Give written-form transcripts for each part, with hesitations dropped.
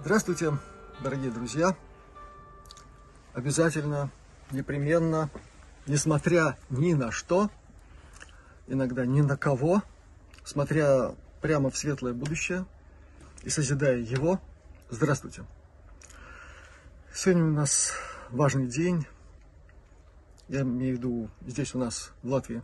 Здравствуйте, дорогие друзья! Обязательно, непременно, несмотря ни на что, иногда ни на кого, смотря прямо в светлое будущее и созидая его, здравствуйте! Сегодня у нас важный день, я имею в виду здесь у нас, в Латвии.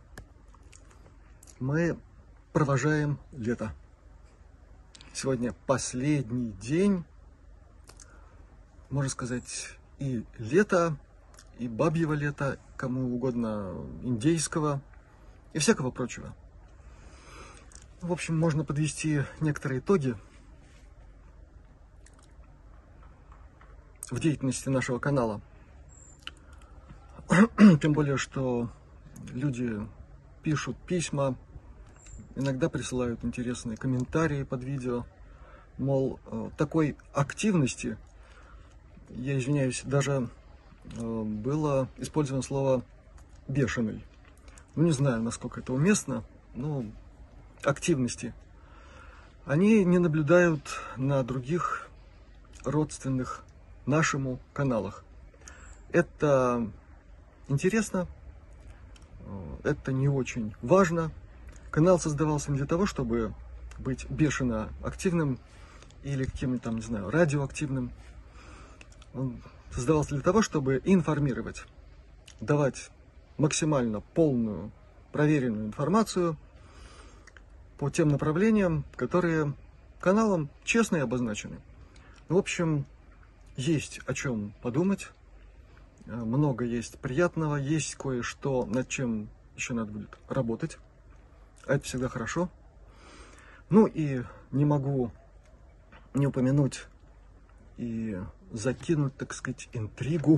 Мы провожаем лето. Сегодня последний день, можно сказать, и лета, и бабьего лета, кому угодно, индейского и всякого прочего. В общем, можно подвести некоторые итоги в деятельности нашего канала. Тем более, что люди пишут письма, иногда присылают интересные комментарии под видео. Мол, такой активности, я извиняюсь, даже было использовано слово «бешеный». Ну, не знаю, насколько это уместно, но активности. Они не наблюдают на других родственных нашему каналах. Это интересно, это не очень важно. Канал создавался не для того, чтобы быть бешено активным или каким-то там, не знаю, радиоактивным. Он создавался для того, чтобы информировать, давать максимально полную, проверенную информацию по тем направлениям, которые каналом честно и обозначены. В общем, есть о чем подумать, много есть приятного, есть кое-что, над чем еще надо будет работать. А это всегда хорошо. Ну и не могу не упомянуть и закинуть, так сказать, интригу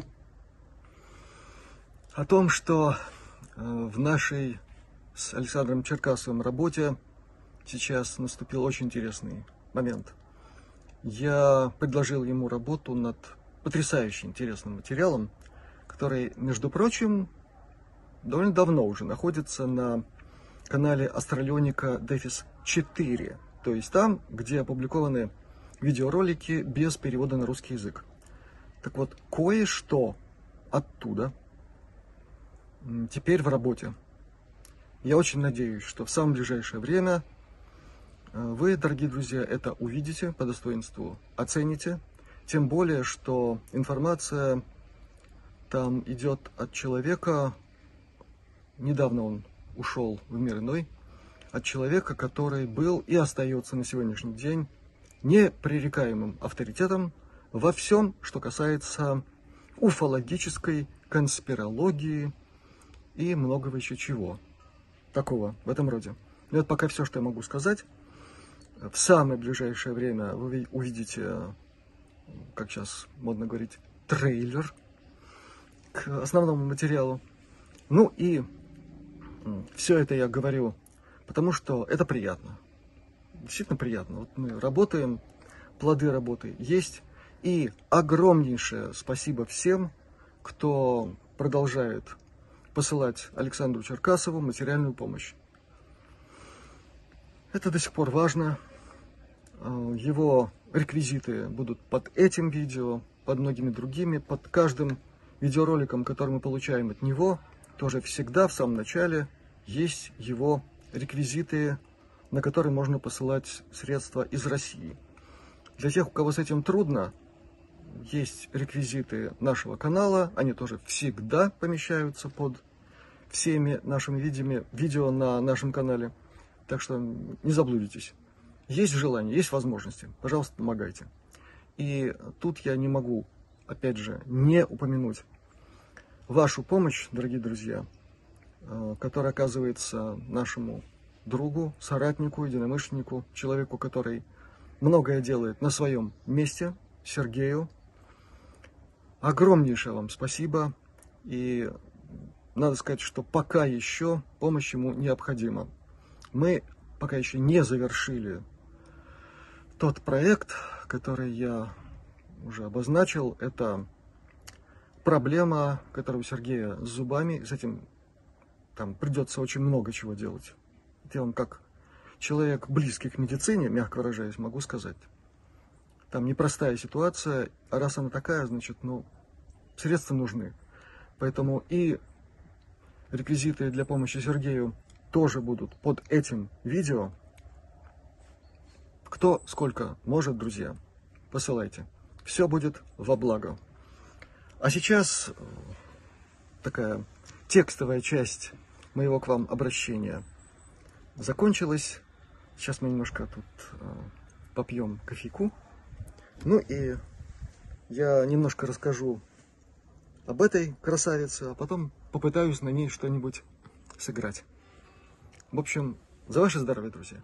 о том, что в нашей с Александром Черкасовым работе сейчас наступил очень интересный момент. Я предложил ему работу над потрясающе интересным материалом, который, между прочим, довольно давно уже находится на канале Астралионика Дефис 4, то есть там, где опубликованы видеоролики без перевода на русский язык. Так вот, кое-что оттуда теперь в работе. Я очень надеюсь, что в самое ближайшее время вы, дорогие друзья, это увидите, по достоинству оцените. Тем более, что информация там идет от человека, недавно он ушел в мир иной, от человека, который был и остается на сегодняшний день непререкаемым авторитетом во всем, что касается уфологической конспирологии и многого еще чего такого в этом роде. И вот пока все, что я могу сказать. В самое ближайшее время вы увидите, как сейчас модно говорить, трейлер к основному материалу. Ну и все это я говорю, потому что это приятно. Действительно приятно. Вот мы работаем, плоды работы есть. И огромнейшее спасибо всем, кто продолжает посылать Александру Черкасову материальную помощь. Это до сих пор важно. Его реквизиты будут под этим видео, под многими другими, под каждым видеороликом, который мы получаем от него. Тоже всегда в самом начале есть его реквизиты, на которые можно посылать средства из России. Для тех, у кого с этим трудно, есть реквизиты нашего канала, они тоже всегда помещаются под всеми нашими видео на нашем канале. Так что не заблудитесь. Есть желание, есть возможности, пожалуйста, помогайте. И тут я не могу, опять же, не упомянуть вашу помощь, дорогие друзья, которая оказывается нашему другу, соратнику, единомышленнику, человеку, который многое делает на своем месте, Сергею. Огромнейшее вам спасибо. И надо сказать, что пока еще помощь ему необходима. Мы пока еще не завершили тот проект, который я уже обозначил. Это проблема, которая у Сергея с зубами. С этим там придется очень много чего делать. Это я вам как человек, близкий к медицине, мягко выражаясь, могу сказать. там непростая ситуация, а раз она такая, значит, ну, средства нужны. Поэтому и реквизиты для помощи Сергею тоже будут под этим видео. Кто сколько может, друзья, посылайте. Все будет во благо. А сейчас такая текстовая часть моего к вам обращения закончилась. Сейчас мы немножко тут попьем кофейку. Ну и я немножко расскажу об этой красавице, а потом попытаюсь на ней что-нибудь сыграть. В общем, за ваше здоровье, друзья.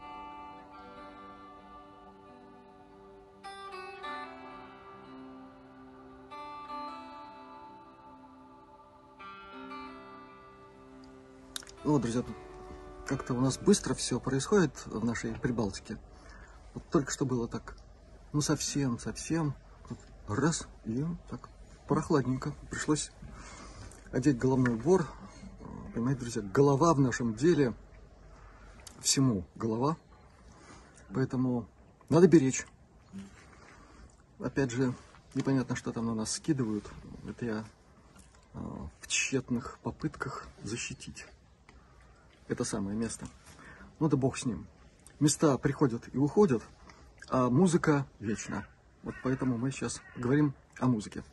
Ну вот, друзья, как-то у нас быстро все происходит в нашей Прибалтике. Вот только что было так, ну совсем, раз, и так прохладненько. Пришлось одеть головной убор. Понимаете, друзья, голова в нашем деле, всему голова. Поэтому надо беречь. Опять же, непонятно, что там на нас скидывают. Это я в тщетных попытках защитить это самое место. Ну да бог с ним. Места приходят и уходят, а музыка вечна. Вот поэтому мы сейчас говорим о музыке.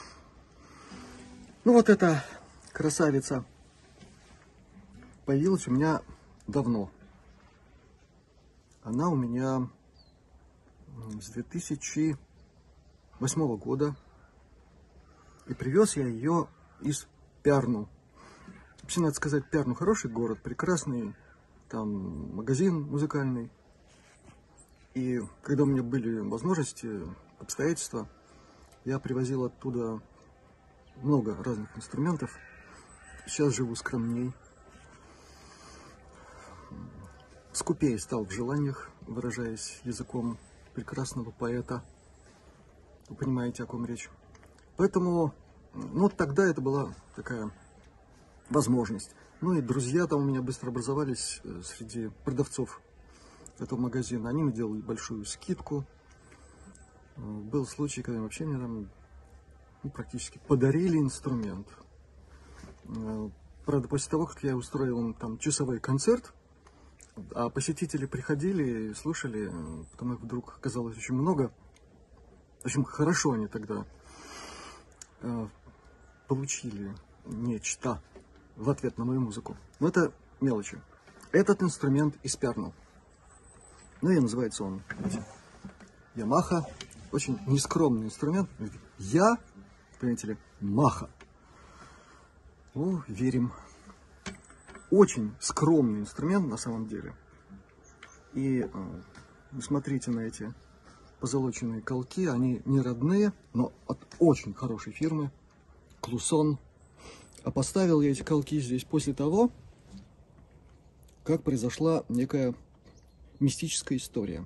Ну вот эта красавица появилась у меня давно. Она у меня с 2008 года. И привез я ее из Пярну. Вообще, надо сказать, Пярну хороший город, прекрасный. Там магазин музыкальный. И когда у меня были возможности, обстоятельства, я привозил оттуда много разных инструментов. Сейчас живу скромней. Скупее стал в желаниях, выражаясь языком прекрасного поэта. Вы понимаете, о ком речь. Поэтому, ну, тогда это была такая возможность. Ну и друзья там у меня быстро образовались среди продавцов этого магазина. Они мне делали большую скидку. Был случай, когда вообще мне там практически подарили инструмент. Правда, после того, как я устроил им там часовой концерт, а посетители приходили и слушали, потом их вдруг оказалось очень много. В общем, хорошо они тогда получили нечто в ответ на мою музыку. Но это мелочи. Этот инструмент из Пярну. Ну и называется он Ямаха. Очень нескромный инструмент. Я, понимаете ли, Маха. О, верим. Очень скромный инструмент на самом деле. И смотрите на эти позолоченные колки. Они не родные, но от очень хорошей фирмы. Клусон. А поставил я эти колки здесь после того, как произошла некая мистическая история.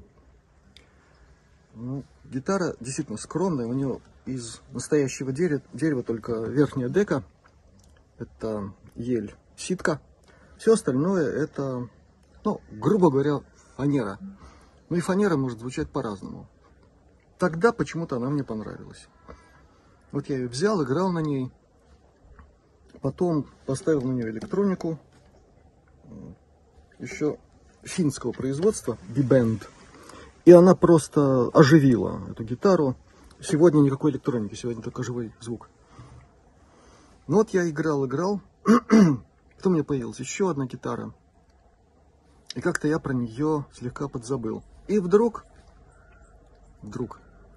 Ну, гитара действительно скромная, у нее из настоящего дерева только верхняя дека, это ель, ситка. Все остальное это, ну, грубо говоря, фанера. Ну и фанера может звучать по-разному. Тогда почему-то она мне понравилась. Вот я ее взял, играл на ней. Потом поставил на нее электронику, еще финского производства, B-Band. И она просто оживила эту гитару. Сегодня никакой электроники, сегодня только живой звук. Ну вот я играл. Потом у меня появилась еще одна гитара. И как-то я про нее слегка подзабыл. И вдруг, в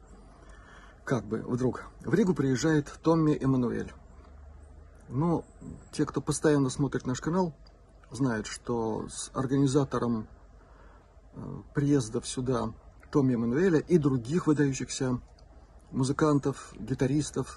Ригу приезжает Томми Эммануэль. Ну, те, кто постоянно смотрит наш канал, знают, что с организатором приездов сюда Томми Эммануэля и других выдающихся музыкантов, гитаристов,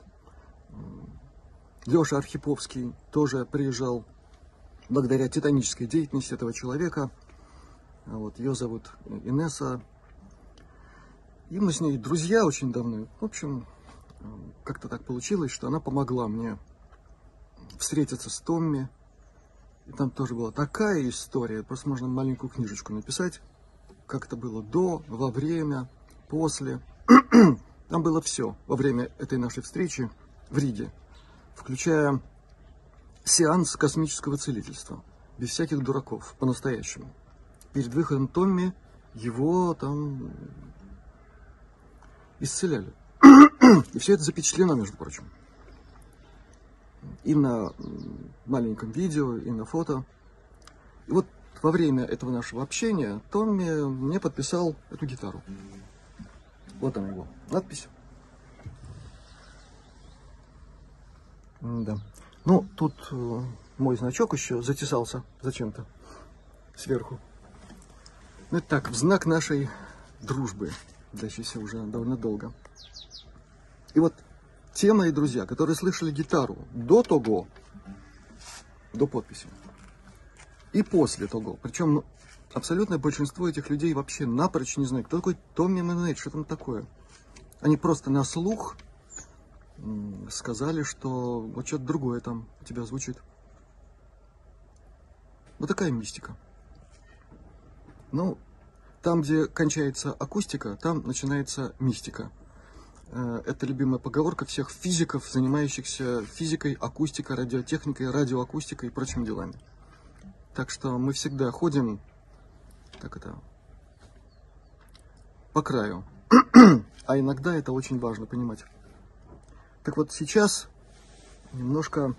Леша Архиповский тоже приезжал благодаря титанической деятельности этого человека. Вот, ее зовут Инесса. И мы с ней друзья очень давно. В общем, как-то так получилось, что она помогла мне встретиться с Томми. И там тоже была такая история. Просто можно маленькую книжечку написать. Как это было до, во время, после. Там было все во время этой нашей встречи в Риге, включая сеанс космического целительства, без всяких дураков, по-настоящему. Перед выходом Томми его там исцеляли. И все это запечатлено, между прочим. И на маленьком видео, и на фото. И вот во время этого нашего общения Томми мне подписал эту гитару. Вот она его надпись. Да. Ну, тут мой значок еще затесался зачем-то сверху. Ну, это так, в знак нашей дружбы, длящейся уже довольно долго. И вот те мои друзья, которые слышали гитару до того, до подписи, и после того, причем абсолютное большинство этих людей вообще напрочь не знают, кто такой Томми Менейдж, что там такое. Они просто на слух сказали, что вот что-то другое там у тебя звучит. Вот такая мистика. Ну, там, где кончается акустика, там начинается мистика. Это любимая поговорка всех физиков, занимающихся физикой, акустикой, радиотехникой, радиоакустикой и прочими делами. Так что мы всегда ходим, так это, по краю. А иногда это очень важно понимать. Так вот, сейчас немножко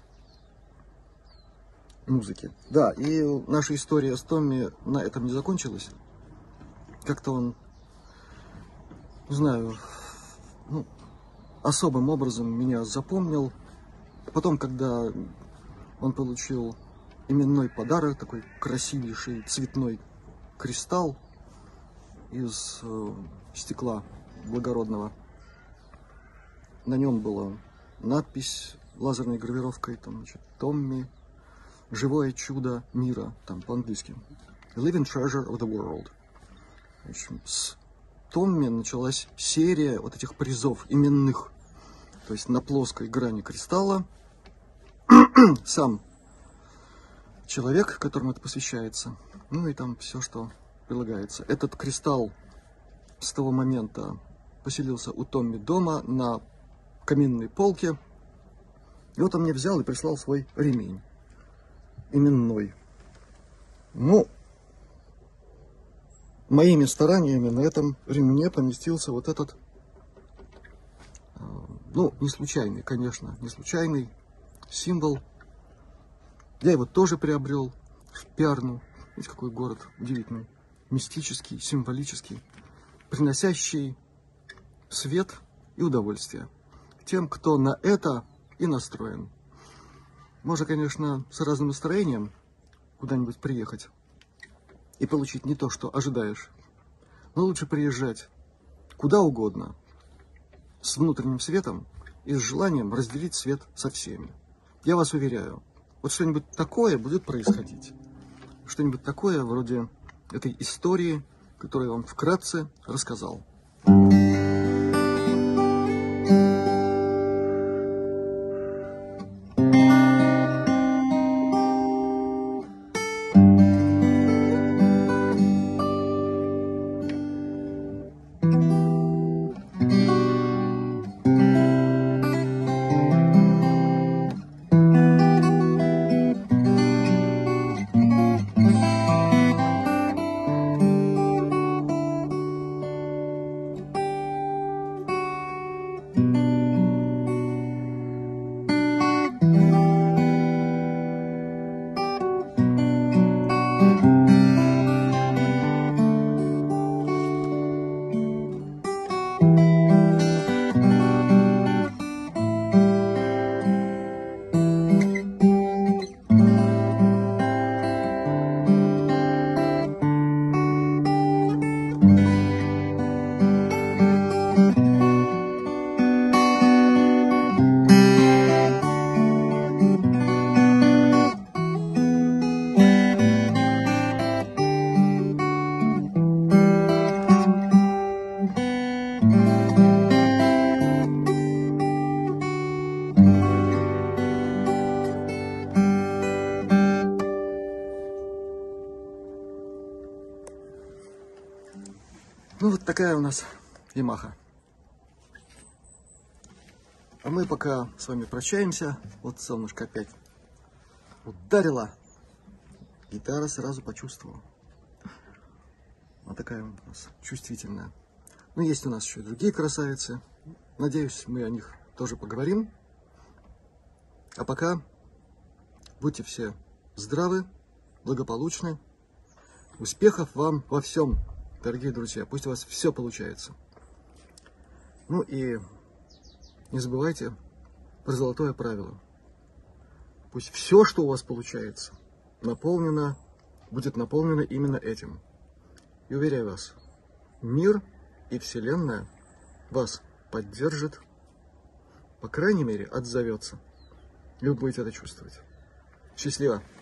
музыки. Да, и наша история с Томми на этом не закончилась. Как-то он, не знаю, ну, особым образом меня запомнил. Потом, когда он получил именной подарок, такой красивейший цветной кристалл из стекла благородного. На нем была надпись лазерной гравировкой, там, значит, Томми, живое чудо мира, там по-английски. Living treasure of the world. В общем, с Томми началась серия вот этих призов именных. То есть на плоской грани кристалла сам человек, которому это посвящается, ну и там все, что прилагается. Этот кристалл с того момента поселился у Томми дома на каминной полке. И вот он мне взял и прислал свой ремень именной. Ну, моими стараниями на этом ремне поместился вот этот, ну, не случайный, конечно, не случайный символ. Я его тоже приобрел в Пярну. Видите, какой город удивительный, мистический, символический, приносящий свет и удовольствие тем, кто на это и настроен. Можно, конечно, с разным настроением куда-нибудь приехать и получить не то, что ожидаешь. Но лучше приезжать куда угодно, с внутренним светом и с желанием разделить свет со всеми. Я вас уверяю, вот что-нибудь такое будет происходить. Что-нибудь такое вроде этой истории, которую я вам вкратце рассказал. Ну, вот такая у нас Ямаха. А мы пока с вами прощаемся. Вот солнышко опять ударило. Гитара сразу почувствовала. Вот такая вот у нас чувствительная. Ну, есть у нас еще и другие красавицы. Надеюсь, мы о них тоже поговорим. А пока будьте все здравы, благополучны. Успехов вам во всем, дорогие друзья. Пусть у вас все получается. Ну и не забывайте про золотое правило. Пусть все, что у вас получается, будет наполнено именно этим. И уверяю вас, мир и Вселенная вас поддержит, по крайней мере, отзовется. И вы будете это чувствовать. Счастливо!